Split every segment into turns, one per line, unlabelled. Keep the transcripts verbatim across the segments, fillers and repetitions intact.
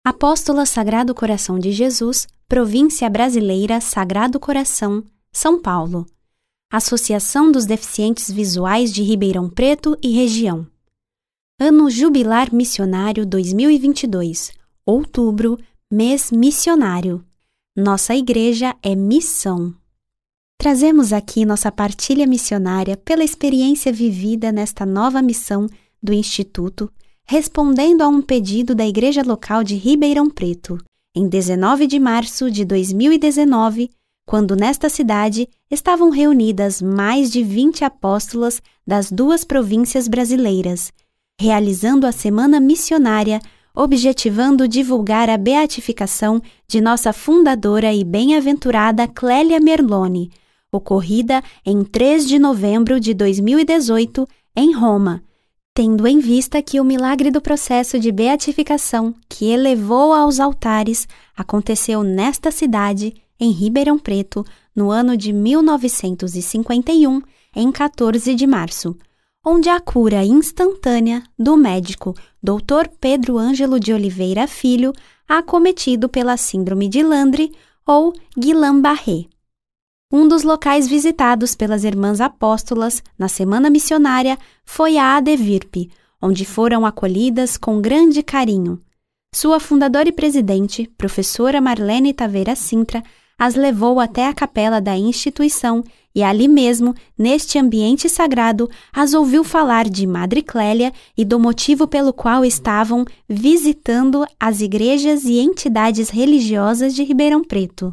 Apóstola Sagrado Coração de Jesus, Província Brasileira Sagrado Coração, São Paulo. Associação dos Deficientes Visuais de Ribeirão Preto e Região. Ano Jubilar Missionário dois mil e vinte e dois. Outubro, mês missionário. Nossa igreja é missão. Trazemos aqui nossa partilha missionária pela experiência vivida nesta nova missão do Instituto, respondendo a um pedido da igreja local de Ribeirão Preto, em dezenove de março de dois mil e dezenove, quando nesta cidade estavam reunidas mais de vinte apóstolas das duas províncias brasileiras, realizando a Semana Missionária, objetivando divulgar a beatificação de nossa fundadora e bem-aventurada Clélia Merloni, ocorrida em três de novembro de dois mil e dezoito, em Roma, tendo em vista que o milagre do processo de beatificação que elevou aos altares aconteceu nesta cidade, em Ribeirão Preto, no ano de mil novecentos e cinquenta e um, em quatorze de março, onde a cura instantânea do médico doutor Pedro Ângelo de Oliveira Filho, acometido pela síndrome de Landry ou Guillain-Barré. Um dos locais visitados pelas irmãs apóstolas na Semana Missionária foi a ADVIRP, onde foram acolhidas com grande carinho. Sua fundadora e presidente, professora Marlene Taveira Sintra, as levou até a capela da instituição e ali mesmo, neste ambiente sagrado, as ouviu falar de Madre Clélia e do motivo pelo qual estavam visitando as igrejas e entidades religiosas de Ribeirão Preto.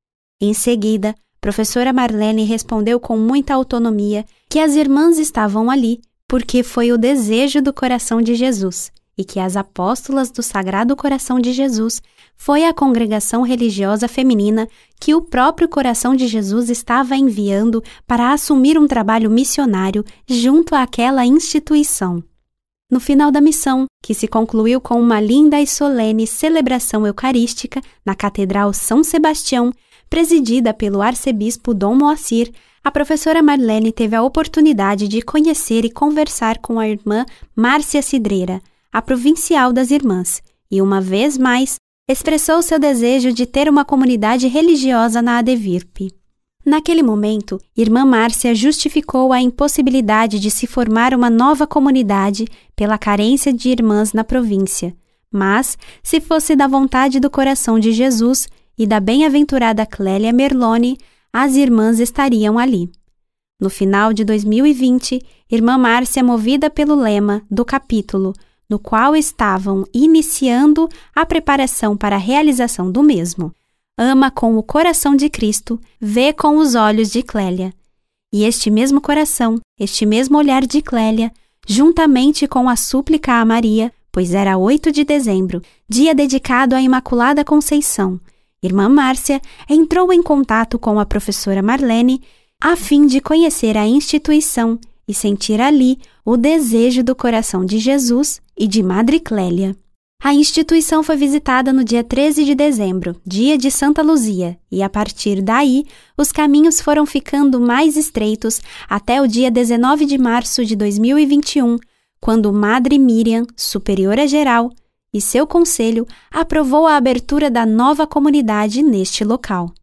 Em seguida, professora Marlene respondeu com muita autonomia que as irmãs estavam ali porque foi o desejo do coração de Jesus e que as apóstolas do Sagrado Coração de Jesus foi a congregação religiosa feminina que o próprio coração de Jesus estava enviando para assumir um trabalho missionário junto àquela instituição. No final da missão, que se concluiu com uma linda e solene celebração eucarística na Catedral São Sebastião, presidida pelo arcebispo Dom Moacir, a professora Marlene teve a oportunidade de conhecer e conversar com a irmã Márcia Cidreira, a provincial das irmãs, e uma vez mais expressou seu desejo de ter uma comunidade religiosa na ADVIRP. Naquele momento, irmã Márcia justificou a impossibilidade de se formar uma nova comunidade pela carência de irmãs na província, mas, se fosse da vontade do coração de Jesus e da bem-aventurada Clélia Merloni, as irmãs estariam ali. No final de dois mil e vinte, irmã Márcia, movida pelo lema do capítulo, no qual estavam iniciando a preparação para a realização do mesmo, ama com o coração de Cristo, vê com os olhos de Clélia. E este mesmo coração, este mesmo olhar de Clélia, juntamente com a súplica a Maria, pois era oito de dezembro, dia dedicado à Imaculada Conceição, irmã Márcia entrou em contato com a professora Marlene a fim de conhecer a instituição e sentir ali o desejo do coração de Jesus e de Madre Clélia. A instituição foi visitada no dia treze de dezembro, dia de Santa Luzia, e a partir daí, os caminhos foram ficando mais estreitos até o dia dezenove de março de dois mil e vinte e um, quando Madre Miriam, superiora geral, e seu conselho aprovou a abertura da nova comunidade neste local.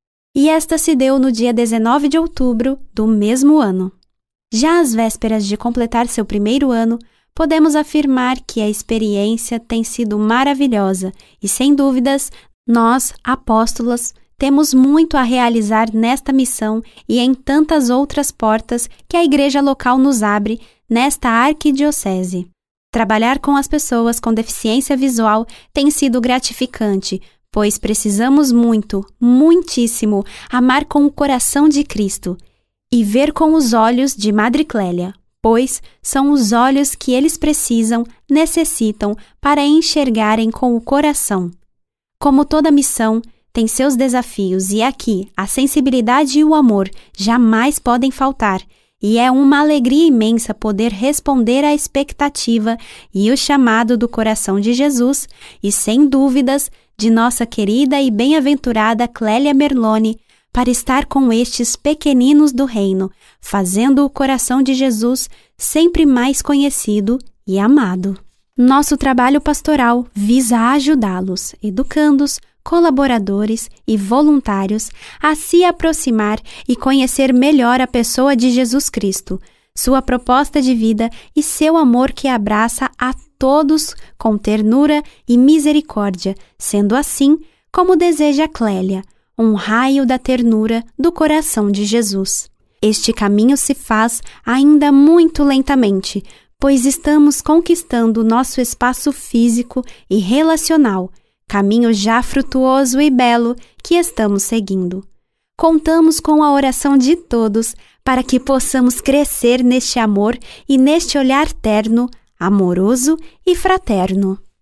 E esta se deu no dia dezenove de outubro do mesmo ano. Já às vésperas de completar seu primeiro ano, podemos afirmar que a experiência tem sido maravilhosa e, sem dúvidas, nós, apóstolas, temos muito a realizar nesta missão e em tantas outras portas que a igreja local nos abre nesta arquidiocese. Trabalhar com as pessoas com deficiência visual tem sido gratificante, pois precisamos muito, muitíssimo, amar com o coração de Cristo e ver com os olhos de Madre Clélia, pois são os olhos que eles precisam, necessitam para enxergarem com o coração. Como toda missão, tem seus desafios e aqui a sensibilidade e o amor jamais podem faltar, e é uma alegria imensa poder responder à expectativa e o chamado do coração de Jesus e, sem dúvidas, de nossa querida e bem-aventurada Clélia Merloni, para estar com estes pequeninos do reino, fazendo o coração de Jesus sempre mais conhecido e amado. Nosso trabalho pastoral visa ajudá-los, educandos, colaboradores e voluntários a se aproximar e conhecer melhor a pessoa de Jesus Cristo, sua proposta de vida e seu amor que abraça a todos com ternura e misericórdia, sendo assim como deseja Clélia, um raio da ternura do coração de Jesus. Este caminho se faz ainda muito lentamente, pois estamos conquistando nosso espaço físico e relacional, caminho já frutuoso e belo que estamos seguindo. Contamos com a oração de todos para que possamos crescer neste amor e neste olhar terno, amoroso e fraterno.